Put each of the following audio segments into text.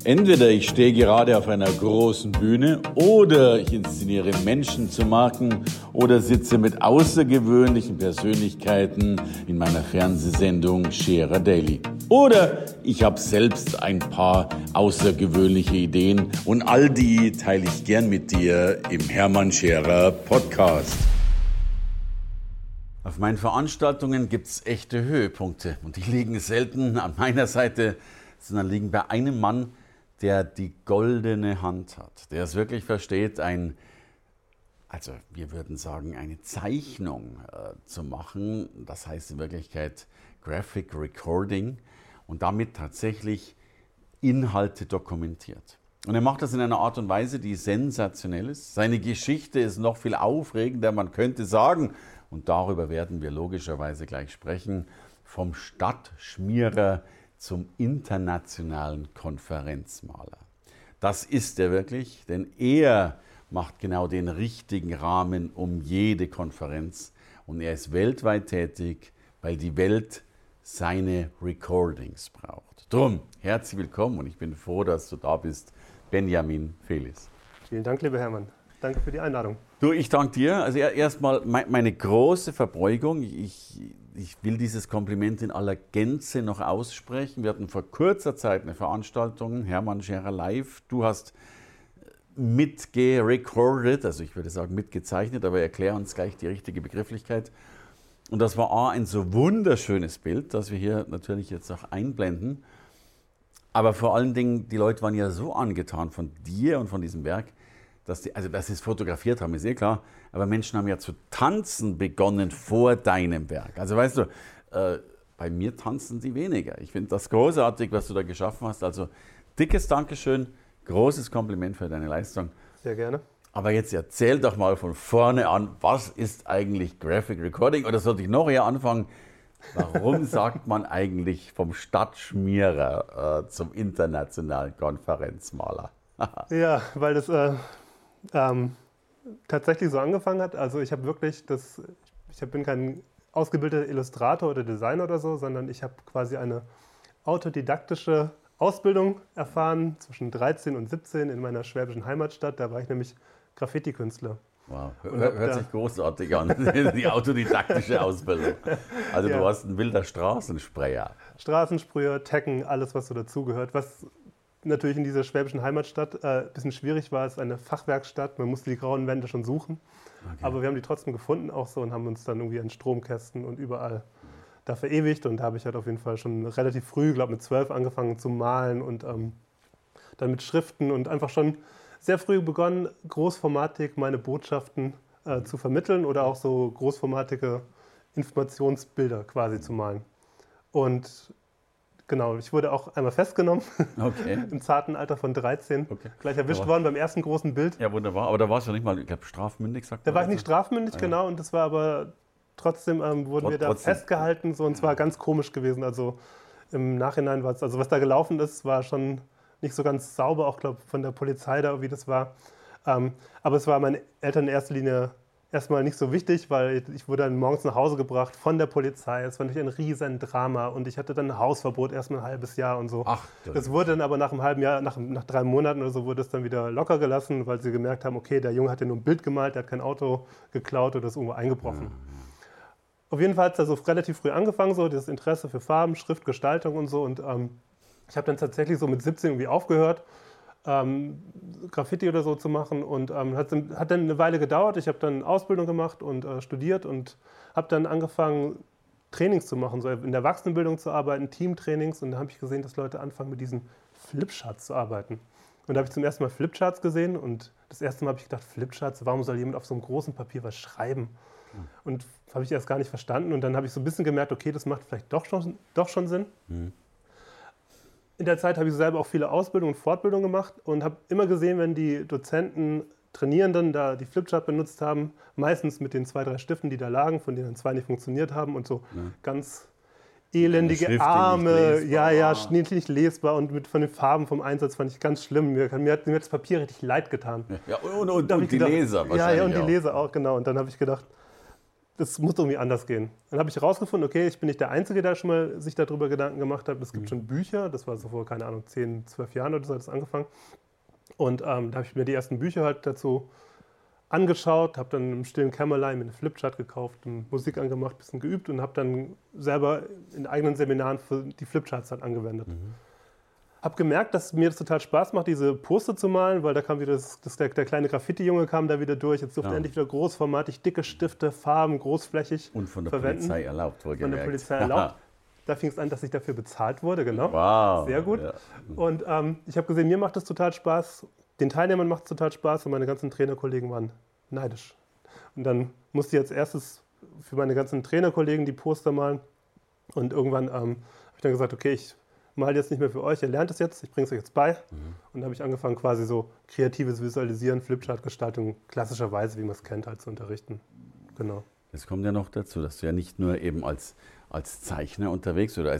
Entweder ich stehe gerade auf einer großen Bühne oder ich inszeniere Menschen zu Marken oder sitze mit außergewöhnlichen Persönlichkeiten in meiner Fernsehsendung Scherer Daily. Oder ich habe selbst ein paar außergewöhnliche Ideen und all die teile ich gern mit dir im Hermann Scherer Podcast. Auf meinen Veranstaltungen gibt es echte Höhepunkte und die liegen selten an meiner Seite, sondern liegen bei einem Mann, der die goldene Hand hat, der es wirklich versteht, also wir würden sagen, eine Zeichnung zu machen. Das heißt in Wirklichkeit Graphic Recording und damit tatsächlich Inhalte dokumentiert. Und er macht das in einer Art und Weise, die sensationell ist. Seine Geschichte ist noch viel aufregender, man könnte sagen, und darüber werden wir logischerweise gleich sprechen, vom Stadtschmierer zum internationalen Konferenzmaler. Das ist er wirklich, denn er macht genau den richtigen Rahmen um jede Konferenz und er ist weltweit tätig, weil die Welt seine Recordings braucht. Drum, herzlich willkommen und ich bin froh, dass du da bist, Benjamin Felis. Vielen Dank, lieber Hermann. Danke für die Einladung. Du, ich danke dir. Also erstmal meine große Verbeugung. Ich will dieses Kompliment in aller Gänze noch aussprechen. Wir hatten vor kurzer Zeit eine Veranstaltung, Hermann Scherer Live. Du hast mitgerecorded, also ich würde sagen mitgezeichnet, aber erklär uns gleich die richtige Begrifflichkeit. Und das war ein so wunderschönes Bild, das wir hier natürlich jetzt auch einblenden. Aber vor allen Dingen, die Leute waren ja so angetan von dir und von diesem Werk, dass sie es fotografiert haben, ist eh klar, aber Menschen haben ja zu tanzen begonnen vor deinem Werk. Also weißt du, bei mir tanzen sie weniger. Ich finde das großartig, was du da geschaffen hast. Also dickes Dankeschön, großes Kompliment für deine Leistung. Sehr gerne. Aber jetzt erzähl doch mal von vorne an, was ist eigentlich Graphic Recording? Oder sollte ich noch eher anfangen, warum sagt man eigentlich vom Stadtschmierer zum internationalen Konferenzmaler? Ja, weil das tatsächlich so angefangen hat. Also ich bin kein ausgebildeter Illustrator oder Designer oder so, sondern ich habe quasi eine autodidaktische Ausbildung erfahren zwischen 13 und 17 in meiner schwäbischen Heimatstadt. Da war ich nämlich Graffiti-Künstler. Wow, hört sich großartig an, die autodidaktische Ausbildung. Also ja. Du warst ein wilder Straßensprayer. Straßensprüher, Tecken, alles was so dazugehört. Was natürlich in dieser schwäbischen Heimatstadt ein bisschen schwierig war, es ist eine Fachwerkstatt, man musste die grauen Wände schon suchen. Okay. Aber wir haben die trotzdem gefunden auch so und haben uns dann irgendwie an Stromkästen und überall da verewigt. Und da habe ich halt auf jeden Fall schon relativ früh, glaube mit 12 angefangen zu malen und dann mit Schriften und einfach schon sehr früh begonnen, großformatig meine Botschaften zu vermitteln oder auch so großformatige Informationsbilder quasi zu malen. Und genau, ich wurde auch einmal festgenommen, okay. Im zarten Alter von 13, okay. Gleich erwischt worden beim ersten großen Bild. Ja, wunderbar, aber da warst du nicht mal, ich glaube, strafmündig, sagt man. Da war ich nicht strafmündig, genau, und das war aber trotzdem, wurden wir da festgehalten, so, und es war ganz komisch gewesen, also im Nachhinein war es, also was da gelaufen ist, war schon nicht so ganz sauber, auch glaube von der Polizei da, wie das war, aber es war meinen Eltern in erster Linie erstmal nicht so wichtig, weil ich wurde dann morgens nach Hause gebracht von der Polizei. Es war natürlich ein riesen Drama und ich hatte dann ein Hausverbot erstmal ein halbes Jahr und so. Ach, das wurde dann aber nach einem halben Jahr, nach 3 Monaten oder so, wurde es dann wieder locker gelassen, weil sie gemerkt haben, okay, der Junge hat ja nur ein Bild gemalt, der hat kein Auto geklaut oder ist irgendwo eingebrochen. Ja. Auf jeden Fall hat es also relativ früh angefangen, so das Interesse für Farben, Schrift, Gestaltung und so. Und ich habe dann tatsächlich so mit 17 irgendwie aufgehört, Graffiti oder so zu machen und hat dann eine Weile gedauert. Ich habe dann Ausbildung gemacht und studiert und habe dann angefangen, Trainings zu machen, so in der Erwachsenenbildung zu arbeiten, Teamtrainings, und da habe ich gesehen, dass Leute anfangen, mit diesen Flipcharts zu arbeiten. Und da habe ich zum ersten Mal Flipcharts gesehen und das erste Mal habe ich gedacht, Flipcharts, warum soll jemand auf so einem großen Papier was schreiben? Und habe ich erst gar nicht verstanden und dann habe ich so ein bisschen gemerkt, okay, das macht vielleicht doch schon Sinn. Mhm. In der Zeit habe ich selber auch viele Ausbildungen und Fortbildungen gemacht und habe immer gesehen, wenn die Dozenten, Trainierenden da die Flipchart benutzt haben, meistens mit den 2, 3 Stiften, die da lagen, von denen 2 nicht funktioniert haben und so ganz elendige Arme, nicht lesbar und von den Farben vom Einsatz fand ich ganz schlimm. Mir hat das Papier richtig leid getan. Ja, und die Leser wahrscheinlich. Ja, und die Leser auch, genau. Und dann habe ich gedacht, das muss irgendwie anders gehen. Dann habe ich herausgefunden, okay, ich bin nicht der Einzige, der schon mal sich darüber Gedanken gemacht hat. Es gibt schon Bücher, das war so vor, keine Ahnung, 10, 12 Jahren oder so hat es angefangen. Und da habe ich mir die ersten Bücher halt dazu angeschaut, habe dann im stillen Kämmerlein mir eine Flipchart gekauft, Musik angemacht, ein bisschen geübt und habe dann selber in eigenen Seminaren für die Flipcharts halt angewendet. Habe gemerkt, dass mir das total Spaß macht, diese Poster zu malen, weil da kam wieder der kleine Graffiti-Junge kam da wieder durch. Jetzt durfte endlich wieder großformatig, dicke Stifte, Farben, großflächig Und von der verwenden. Polizei erlaubt, wohlgemerkt. Von der Polizei erlaubt. Da fing es an, dass ich dafür bezahlt wurde, genau. Wow. Sehr gut. Ja. Und ich habe gesehen, mir macht das total Spaß, den Teilnehmern macht es total Spaß und meine ganzen Trainerkollegen waren neidisch. Und dann musste ich als erstes für meine ganzen Trainerkollegen die Poster malen. Und irgendwann habe ich dann gesagt, okay, ich male jetzt nicht mehr für euch, ihr lernt es jetzt, ich bringe es euch jetzt bei. Und dann habe ich angefangen, quasi so kreatives Visualisieren, Flipchart-Gestaltung, klassischerweise, wie man es kennt, halt zu unterrichten. Genau. Es kommt ja noch dazu, dass du ja nicht nur eben als Zeichner unterwegs oder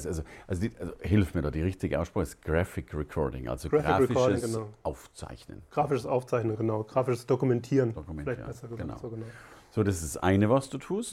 hilf mir da, die richtige Aussprache ist Graphic Recording, also grafisches Aufzeichnen. Grafisches Aufzeichnen, genau. Grafisches Dokumentieren. Vielleicht besser gesagt. Genau. So, genau. So, das ist das eine, was du tust,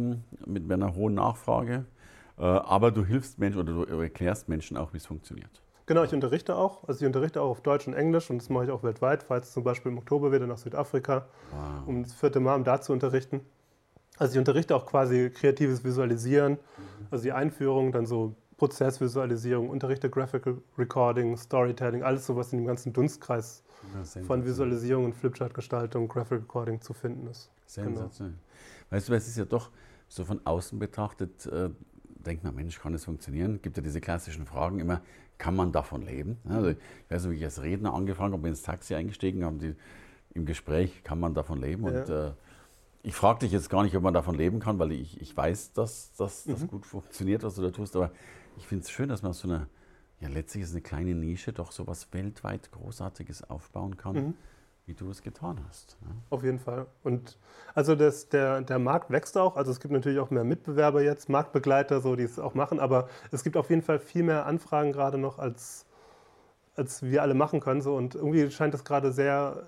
mit einer hohen Nachfrage. Aber du hilfst Menschen oder du erklärst Menschen auch, wie es funktioniert. Genau, ich unterrichte auch. Also ich unterrichte auch auf Deutsch und Englisch und das mache ich auch weltweit. Fahre jetzt zum Beispiel im Oktober wieder nach Südafrika, um das 4. Mal da zu unterrichten. Also ich unterrichte auch quasi kreatives Visualisieren, also die Einführung, dann so Prozessvisualisierung, unterrichte Graphical Recording, Storytelling, alles so, was in dem ganzen Dunstkreis von Visualisierung und Flipchart-Gestaltung, Graphic Recording zu finden ist. Sensationell. Genau. Weißt du, es ist ja doch so von außen betrachtet, denkt man, Mensch, kann das funktionieren? Gibt ja diese klassischen Fragen immer, kann man davon leben? Also ich weiß nicht, wie ich als Redner angefangen habe, bin ins Taxi eingestiegen, haben die im Gespräch, kann man davon leben? Ja. Und ich frage dich jetzt gar nicht, ob man davon leben kann, weil ich weiß, dass das gut funktioniert, was du da tust, aber ich finde es schön, dass man aus so einer, ja letztlich ist eine kleine Nische, doch so was weltweit Großartiges aufbauen kann, wie du es getan hast. Ja? Auf jeden Fall. Und also der Markt wächst auch, also es gibt natürlich auch mehr Mitbewerber jetzt, Marktbegleiter, so, die es auch machen, aber es gibt auf jeden Fall viel mehr Anfragen gerade noch, als wir alle machen können. So. Und irgendwie scheint es gerade sehr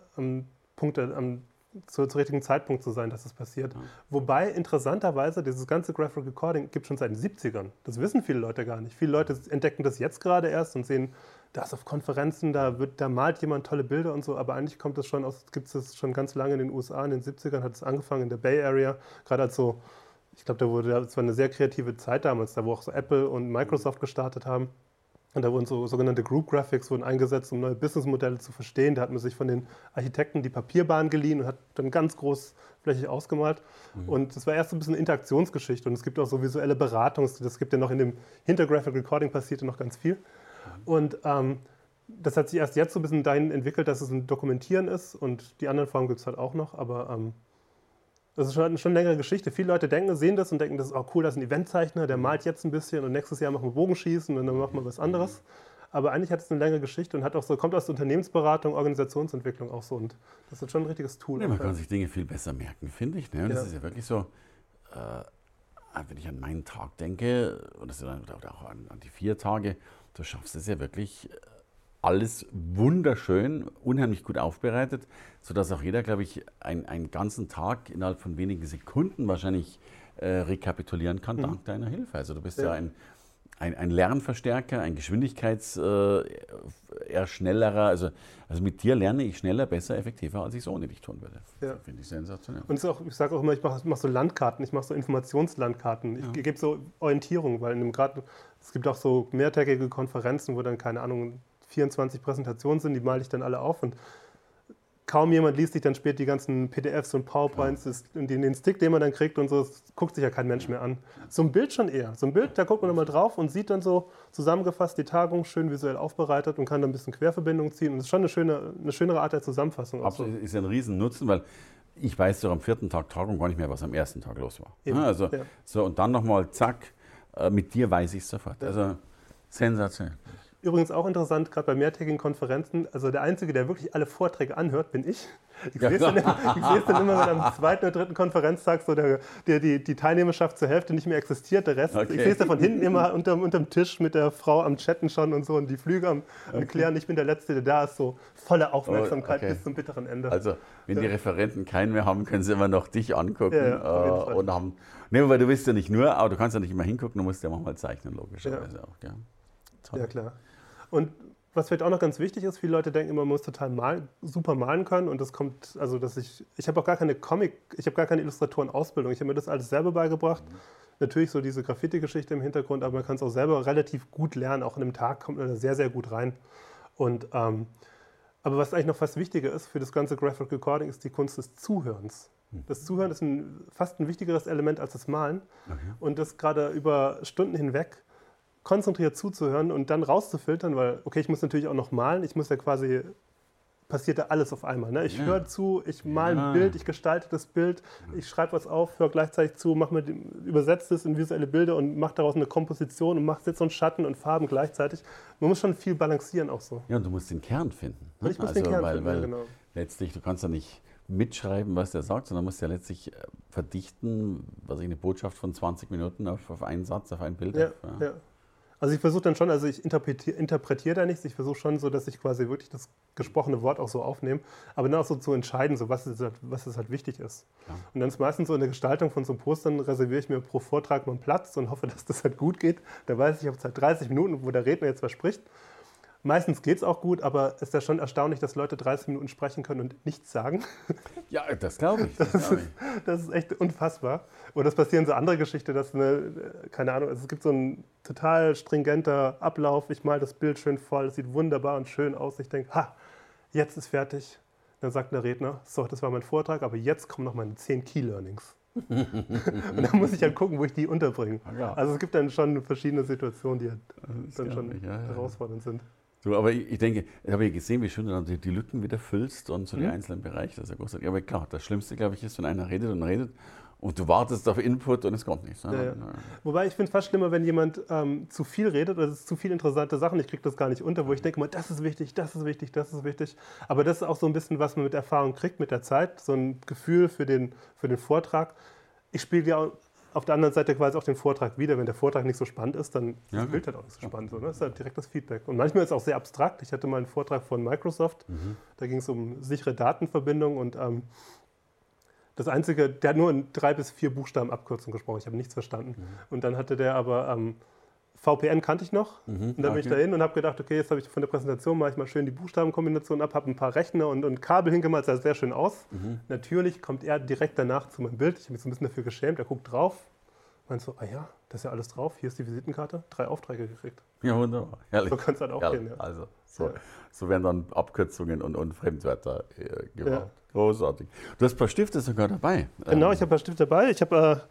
zum richtigen Zeitpunkt zu sein, dass das passiert. Ja. Wobei interessanterweise dieses ganze Graphic Recording gibt es schon seit den 70ern. Das wissen viele Leute gar nicht. Viele Leute entdecken das jetzt gerade erst und sehen, das auf Konferenzen, da malt jemand tolle Bilder und so, aber eigentlich gibt es das schon ganz lange in den USA. In den 70ern hat es angefangen in der Bay Area, gerade als so, ich glaube, das war eine sehr kreative Zeit damals, da wo auch so Apple und Microsoft gestartet haben. Und da wurden so sogenannte Group Graphics eingesetzt, um neue Businessmodelle zu verstehen. Da hat man sich von den Architekten die Papierbahn geliehen und hat dann ganz großflächig ausgemalt. Und das war erst so ein bisschen eine Interaktionsgeschichte. Und es gibt auch so visuelle Beratung. Das gibt ja noch in dem Hinter-Graphic Recording passierte noch ganz viel. Und das hat sich erst jetzt so ein bisschen dahin entwickelt, dass es ein Dokumentieren ist. Und die anderen Formen gibt es halt auch noch. Aber das ist schon eine längere Geschichte. Viele Leute sehen das und denken, das ist auch cool, das ist ein Eventzeichner, der malt jetzt ein bisschen und nächstes Jahr machen wir Bogenschießen und dann machen wir was anderes. Aber eigentlich hat es eine längere Geschichte und kommt aus der Unternehmensberatung, Organisationsentwicklung auch so. Und das ist schon ein richtiges Tool. Ja, man kann sich Dinge viel besser merken, finde ich. Ne? Und das ist ja wirklich so, wenn ich an meinen Tag denke, oder auch an die 4 Tage, du schaffst es ja wirklich alles wunderschön, unheimlich gut aufbereitet, sodass auch jeder, glaube ich, einen ganzen Tag innerhalb von wenigen Sekunden wahrscheinlich rekapitulieren kann, dank deiner Hilfe. Also du bist ja ein Lernverstärker, ein schnellerer, also mit dir lerne ich schneller, besser, effektiver, als ich es ohne dich tun würde. Ja. Finde ich sensationell. Und ich sage auch immer, ich mache so Landkarten, ich mache so Informationslandkarten. Ich gebe so Orientierung, weil es gibt auch so mehrtägige Konferenzen, wo dann, keine Ahnung, 24 Präsentationen sind, die male ich dann alle auf und kaum jemand liest sich dann später die ganzen PDFs und PowerPoints und den Stick, den man dann kriegt und so, das guckt sich ja kein Mensch mehr an. So ein Bild schon eher. So ein Bild, da guckt man nochmal drauf und sieht dann so zusammengefasst die Tagung, schön visuell aufbereitet und kann dann ein bisschen Querverbindungen ziehen. Und das ist schon eine schönere Art der Zusammenfassung. Absolut, ist ein Riesennutzen, weil ich weiß doch am 4. Tag Tagung gar nicht mehr, was am 1. Tag los war. So, und dann nochmal zack, mit dir weiß ich es sofort. Also sensationell. Übrigens auch interessant, gerade bei mehrtägigen Konferenzen, also der Einzige, der wirklich alle Vorträge anhört, bin ich. Ich sehe es dann immer, wenn am zweiten oder dritten Konferenztag so die Teilnehmerschaft zur Hälfte nicht mehr existiert, der Rest. Okay. Ich sehe es da von hinten immer unterm Tisch mit der Frau am Chatten schon und so und die Flüge am Klären. Ich bin der Letzte, der da ist, so volle Aufmerksamkeit bis zum bitteren Ende. Also, wenn die Referenten keinen mehr haben, können sie immer noch dich angucken. Und haben. Nee, weil du willst ja nicht nur, aber du kannst ja nicht immer hingucken, du musst ja manchmal zeichnen, logischerweise auch. Gell? Ja, klar. Und was vielleicht auch noch ganz wichtig ist, viele Leute denken immer, man muss total super malen können und das kommt, also dass ich habe auch gar keine ich habe gar keine Illustratorenausbildung, ich habe mir das alles selber beigebracht. Natürlich so diese Graffiti-Geschichte im Hintergrund, aber man kann es auch selber relativ gut lernen, auch in einem Tag kommt man da sehr, sehr gut rein. Und, aber was eigentlich noch fast wichtiger ist für das ganze Graphic Recording, ist die Kunst des Zuhörens. Das Zuhören ist fast ein wichtigeres Element als das Malen und das gerade über Stunden hinweg konzentriert zuzuhören und dann rauszufiltern, weil, okay, ich muss natürlich auch noch malen, ich muss ja quasi, passiert da alles auf einmal. Ne? Ich höre zu, ich male ein Bild, ich gestalte das Bild, ich schreibe was auf, höre gleichzeitig zu, übersetze es in visuelle Bilder und mache daraus eine Komposition und mache jetzt so einen Schatten und Farben gleichzeitig. Man muss schon viel balancieren auch so. Ja, und du musst den Kern finden. Ne? Ich muss den Kern finden, weil genau. Letztlich, du kannst ja nicht mitschreiben, was der sagt, sondern musst ja letztlich verdichten, eine Botschaft von 20 Minuten auf einen Satz, auf ein Bild. Ja. Also ich versuche dann schon, also ich interpretiere da nichts, ich versuche schon so, dass ich quasi wirklich das gesprochene Wort auch so aufnehme, aber dann auch so zu entscheiden, so was es halt wichtig ist. Ja. Und dann ist meistens so in der Gestaltung von so einem Postern, reserviere ich mir pro Vortrag mal einen Platz und hoffe, dass das halt gut geht. Da weiß ich, ich habe jetzt halt 30 Minuten, wo der Redner jetzt was spricht. Meistens geht es auch gut, aber es ist ja schon erstaunlich, dass Leute 30 Minuten sprechen können und nichts sagen. Ja, das glaube ich. Das ist echt unfassbar. Und das passieren so andere Geschichten, dass keine Ahnung, also es gibt so einen total stringenter Ablauf. Ich male das Bild schön voll, es sieht wunderbar und schön aus. Ich denke, jetzt ist fertig. Dann sagt der Redner, so, das war mein Vortrag, aber jetzt kommen noch meine 10 Key Learnings. Und dann muss ich halt gucken, wo ich die unterbringe. Ja. Also es gibt dann schon verschiedene Situationen, die halt dann schon herausfordernd sind. So, aber ich denke, ich habe ja gesehen, wie schön du dann die Lücken wieder füllst und so die einzelnen Bereiche, das ist ja großartig. Aber klar, das Schlimmste, glaube ich, ist, wenn einer redet und du wartest auf Input und es kommt nichts. Ne? Ja. Wobei ich finde es fast schlimmer, wenn jemand zu viel redet oder es ist zu viele interessante Sachen, ich kriege das gar nicht unter, wo ich denke, das ist wichtig, das ist wichtig, das ist wichtig. Aber das ist auch so ein bisschen, was man mit Erfahrung kriegt, mit der Zeit, so ein Gefühl für den Vortrag. Ich spiele ja auf der anderen Seite quasi auch den Vortrag wieder. Wenn der Vortrag nicht so spannend ist, dann ist das Bild halt auch nicht so spannend. So, ne? Das ist halt direkt das Feedback. Und manchmal ist es auch sehr abstrakt. Ich hatte mal einen Vortrag von Microsoft, da ging es um sichere Datenverbindung und das Einzige, der hat nur in 3 bis 4 Buchstaben Abkürzung gesprochen. Ich habe nichts verstanden. Und dann hatte der aber VPN kannte ich noch. Und dann bin ich dahin und habe gedacht, okay, jetzt habe ich von der Präsentation, mache ich mal schön die Buchstabenkombination ab, habe ein paar Rechner und Kabel hingemalt, sah sehr schön aus. Natürlich kommt er direkt danach zu meinem Bild. Ich habe mich so ein bisschen dafür geschämt. Er guckt drauf, meint so, das ist ja alles drauf, hier ist die Visitenkarte, 3 Aufträge gekriegt. Ja, wunderbar. Herrlich. So kann es halt auch gehen. Ja. Also, so werden dann Abkürzungen und Fremdwörter gebaut. Ja. Großartig. Du hast ein paar Stifte sogar dabei. Genau, ich habe ein paar Stifte dabei. Ich habe,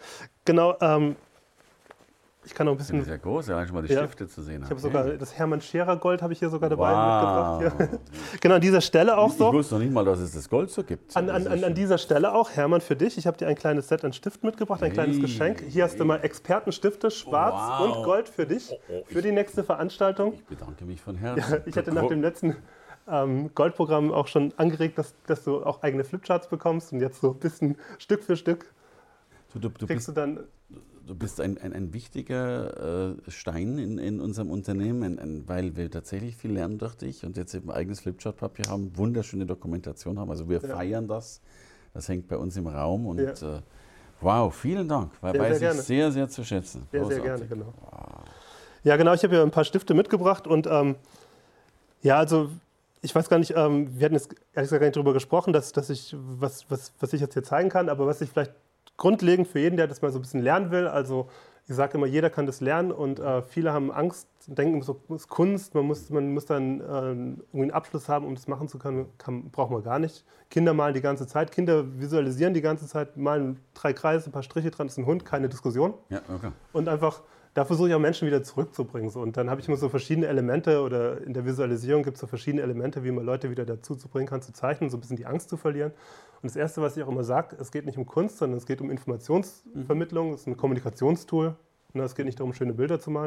ich kann noch ein bisschen. Das ist ja groß, ja, schon mal die Stifte zu sehen. Ich habe sogar das Hermann Scherer Gold habe ich hier sogar dabei mitgebracht. Hier. Genau, an dieser Stelle auch so. Ich wusste noch nicht mal, dass es das Gold so gibt. An dieser Stelle auch, Hermann, für dich. Ich habe dir ein kleines Set an Stiften mitgebracht, ein kleines Geschenk. Hier hast du mal Expertenstifte, schwarz und Gold für dich, für die nächste Veranstaltung. Ich bedanke mich von Herzen. Ja, ich hatte nach dem letzten Goldprogramm auch schon angeregt, dass du auch eigene Flipcharts bekommst und jetzt so ein bisschen Stück für Stück kriegst du dann. Du bist ein wichtiger Stein in unserem Unternehmen, weil wir tatsächlich viel lernen durch dich und jetzt eben eigenes Flipchart-Papier haben, wunderschöne Dokumentation haben. Also wir feiern das. Das hängt bei uns im Raum und wow, vielen Dank. Weiß ich sehr, sehr zu schätzen. Sehr gerne, genau. Wow. Ja, genau, ich habe hier ein paar Stifte mitgebracht und also ich weiß gar nicht, wir hatten jetzt ehrlich gesagt gar nicht darüber gesprochen, was ich jetzt hier zeigen kann, aber was ich vielleicht grundlegend für jeden, der das mal so ein bisschen lernen will. Also ich sage immer, jeder kann das lernen und viele haben Angst, denken, so ist Kunst, man muss dann irgendwie einen Abschluss haben, um das machen zu können, braucht man gar nicht. Kinder malen die ganze Zeit, Kinder visualisieren die ganze Zeit, malen 3 Kreise, ein paar Striche dran, ist ein Hund, keine Diskussion. Ja, okay. Und einfach, da versuche ich auch Menschen wieder zurückzubringen. So. Und dann habe ich immer so verschiedene Elemente oder in der Visualisierung gibt es so verschiedene Elemente, wie man Leute wieder dazu zu bringen kann, zu zeichnen, so ein bisschen die Angst zu verlieren. Und das Erste, was ich auch immer sage, es geht nicht um Kunst, sondern es geht um Informationsvermittlung, es ist ein Kommunikationstool. Und es geht nicht darum, schöne Bilder zu malen.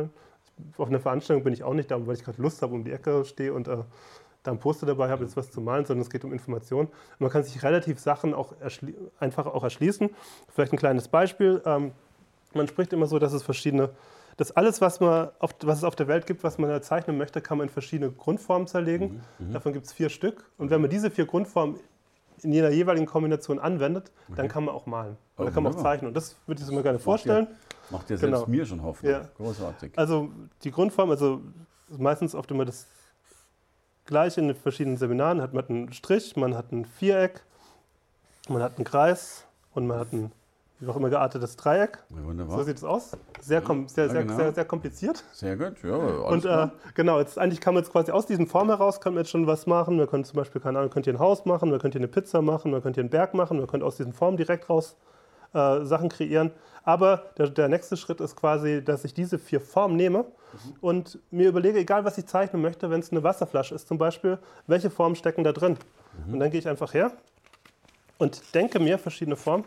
auf einer Veranstaltung bin ich auch nicht da, weil ich gerade Lust habe, um die Ecke stehe und da ein Poster dabei habe, jetzt was zu malen, sondern es geht um Information. Und man kann sich relativ Sachen auch einfach auch erschließen. Vielleicht ein kleines Beispiel. Man spricht immer so, dass es dass alles, was es auf der Welt gibt, was man zeichnen möchte, kann man in verschiedene Grundformen zerlegen. Davon gibt es 4 Stück. Und wenn man diese 4 Grundformen in jeder jeweiligen Kombination anwendet, dann kann man auch malen. Oder kann man auch zeichnen. Und das würde ich mir gerne vorstellen. Macht ja selbst mir schon Hoffnung. Ja. Großartig. Also die Grundform, meistens oft immer das Gleiche in den verschiedenen Seminaren. Man hat einen Strich, man hat ein Viereck, man hat einen Kreis und man hat ein, wie auch immer, geartetes Dreieck. Ja, wunderbar. So sieht es aus. Sehr kompliziert. Sehr gut, ja. Und genau, eigentlich kann man jetzt quasi aus diesen Formen heraus kann man jetzt schon was machen. Man könnte zum Beispiel, keine Ahnung, könnt ihr ein Haus machen, man könnte eine Pizza machen, man könnte einen Berg machen, man könnte aus diesen Formen direkt raus Sachen kreieren. Aber der nächste Schritt ist quasi, dass ich diese 4 Formen nehme und mir überlege, egal was ich zeichnen möchte, wenn es eine Wasserflasche ist zum Beispiel, welche Formen stecken da drin. Und dann gehe ich einfach her und denke mir verschiedene Formen.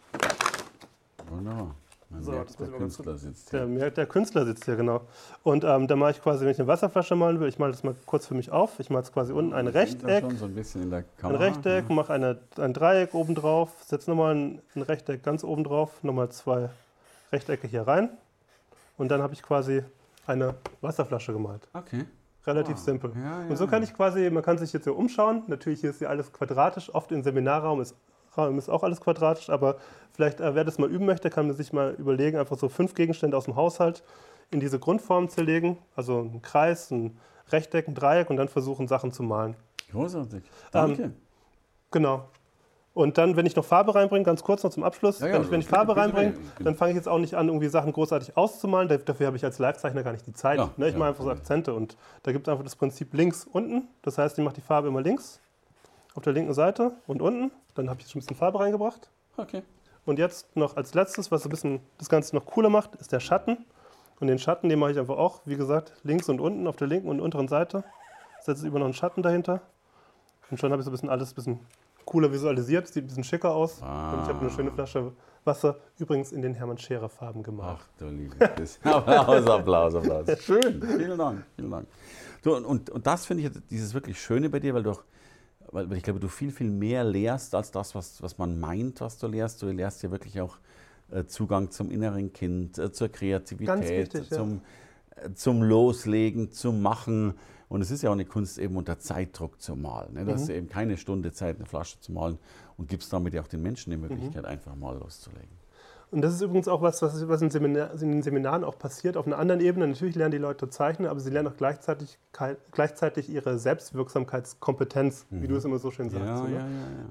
Wunderbar. So, der Künstler sitzt hier. Der Künstler sitzt hier, genau. Und dann mache ich quasi, wenn ich eine Wasserflasche malen will, ich male das mal kurz für mich auf. Ich male es quasi unten ein Rechteck. Schon so ein bisschen in der Ein Rechteck, mache ein Dreieck oben drauf, setze nochmal ein Rechteck ganz oben drauf, nochmal 2 Rechtecke hier rein. Und dann habe ich quasi eine Wasserflasche gemalt. Okay. Relativ simpel. Ja, Und so kann ich quasi, man kann sich jetzt hier umschauen. Natürlich hier ist hier alles quadratisch. Oft im Seminarraum ist auch alles quadratisch, aber vielleicht, wer das mal üben möchte, kann man sich mal überlegen, einfach so 5 Gegenstände aus dem Haushalt in diese Grundformen zerlegen. Also ein Kreis, ein Rechteck, ein Dreieck und dann versuchen, Sachen zu malen. Großartig. Danke. Genau. Und dann, wenn ich noch Farbe reinbringe, ganz kurz noch zum Abschluss, wenn ich Farbe reinbringe, dann fange ich jetzt auch nicht an, irgendwie Sachen großartig auszumalen. Dafür habe ich als Live-Zeichner gar nicht die Zeit. Ich mache einfach so Akzente und da gibt es einfach das Prinzip links, unten. Das heißt, ich mache die Farbe immer links, auf der linken Seite und unten. Dann habe ich jetzt schon ein bisschen Farbe reingebracht. Okay. Und jetzt noch als letztes, was ein bisschen das Ganze noch cooler macht, ist der Schatten. Und den Schatten, den mache ich einfach auch, wie gesagt, links und unten auf der linken und unteren Seite. Setze über noch einen Schatten dahinter. Und schon habe ich so ein bisschen alles ein bisschen cooler visualisiert. Sieht ein bisschen schicker aus. Und ich habe eine schöne Flasche Wasser, übrigens in den Hermann Scherer Farben gemalt. Ach du liebes Applaus. Schön, vielen Dank. So, und das finde ich dieses wirklich Schöne bei dir, weil ich glaube, du viel, viel mehr lehrst als das, was man meint, was du lehrst. Du lehrst ja wirklich auch Zugang zum inneren Kind, zur Kreativität, ganz wichtig, zum Loslegen, zum Machen. Und es ist ja auch eine Kunst, eben unter Zeitdruck zu malen. Ne? Du hast eben keine Stunde Zeit, eine Flasche zu malen und gibst damit ja auch den Menschen die Möglichkeit, einfach mal loszulegen. Und das ist übrigens auch was in den Seminaren auch passiert, auf einer anderen Ebene. Natürlich lernen die Leute zeichnen, aber sie lernen auch gleichzeitig ihre Selbstwirksamkeitskompetenz, wie du es immer so schön sagst. Ja.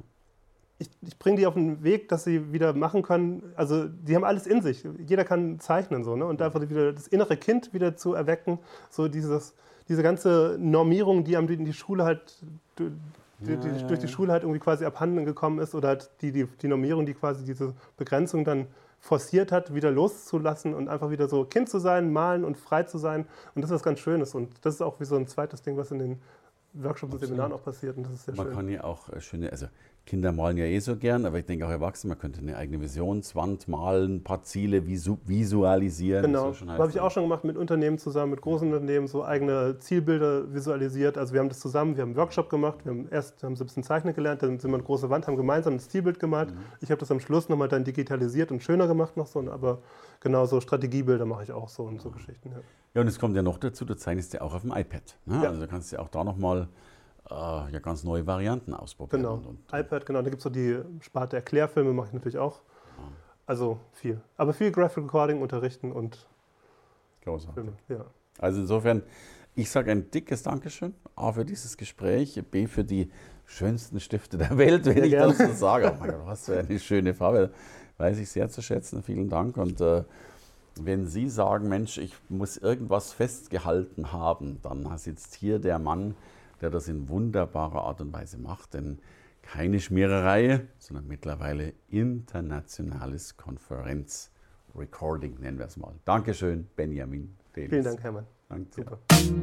Ich bringe die auf den Weg, dass sie wieder machen können, also die haben alles in sich, jeder kann zeichnen so, ne? Und einfach wieder das innere Kind wieder zu erwecken, so diese ganze Normierung, die die Schule halt durch die Schule halt irgendwie quasi abhanden gekommen ist oder halt die Normierung, die quasi diese Begrenzung dann forciert hat, wieder loszulassen und einfach wieder so Kind zu sein, malen und frei zu sein. Und das ist was ganz Schönes. Und das ist auch wie so ein zweites Ding, was in den Workshops und Seminaren auch passiert. Und das ist sehr schön. Man kann ja auch also Kinder malen ja so gern, aber ich denke auch Erwachsene, man könnte eine eigene Visionswand malen, ein paar Ziele visualisieren. Genau, das habe ich auch schon gemacht mit Unternehmen zusammen, mit großen Unternehmen, so eigene Zielbilder visualisiert. Also wir haben das zusammen, wir haben einen Workshop gemacht, haben so ein bisschen zeichnen gelernt, dann sind wir eine große Wand, haben gemeinsam ein Zielbild gemalt. Ich habe das am Schluss nochmal dann digitalisiert und schöner gemacht noch so, aber genau so Strategiebilder mache ich auch so und so Geschichten. Ja, und es kommt ja noch dazu, du zeichnest ja auch auf dem iPad. Ne? Ja. Also du kannst ja auch da nochmal ganz neue Varianten ausprobieren. Genau, iPad, genau. Da gibt es so die Sparte Erklärfilme, mache ich natürlich auch. Also viel. Aber viel Graphic Recording, Unterrichten und Filme. Ja. Also insofern, ich sage ein dickes Dankeschön, A für dieses Gespräch, B für die schönsten Stifte der Welt, wenn ich das so sage. Oh mein Gott, was für eine schöne Farbe. Weiß ich sehr zu schätzen. Vielen Dank. Und wenn Sie sagen, Mensch, ich muss irgendwas festgehalten haben, dann sitzt hier der Mann, der das in wunderbarer Art und Weise macht, denn keine Schmiererei, sondern mittlerweile internationales Konferenz-Recording, nennen wir es mal. Dankeschön, Benjamin Delis. Vielen Dank, Hermann. Danke. Super.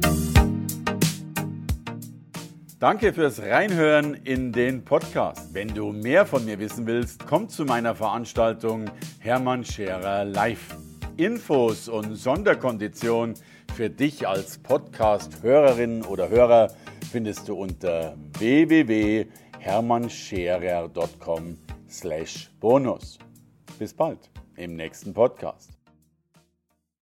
Danke fürs Reinhören in den Podcast. Wenn du mehr von mir wissen willst, komm zu meiner Veranstaltung Hermann Scherer Live. Infos und Sonderkonditionen für dich als Podcast-Hörerin oder Hörer findest du unter www.hermannscherer.com/bonus. Bis bald im nächsten Podcast.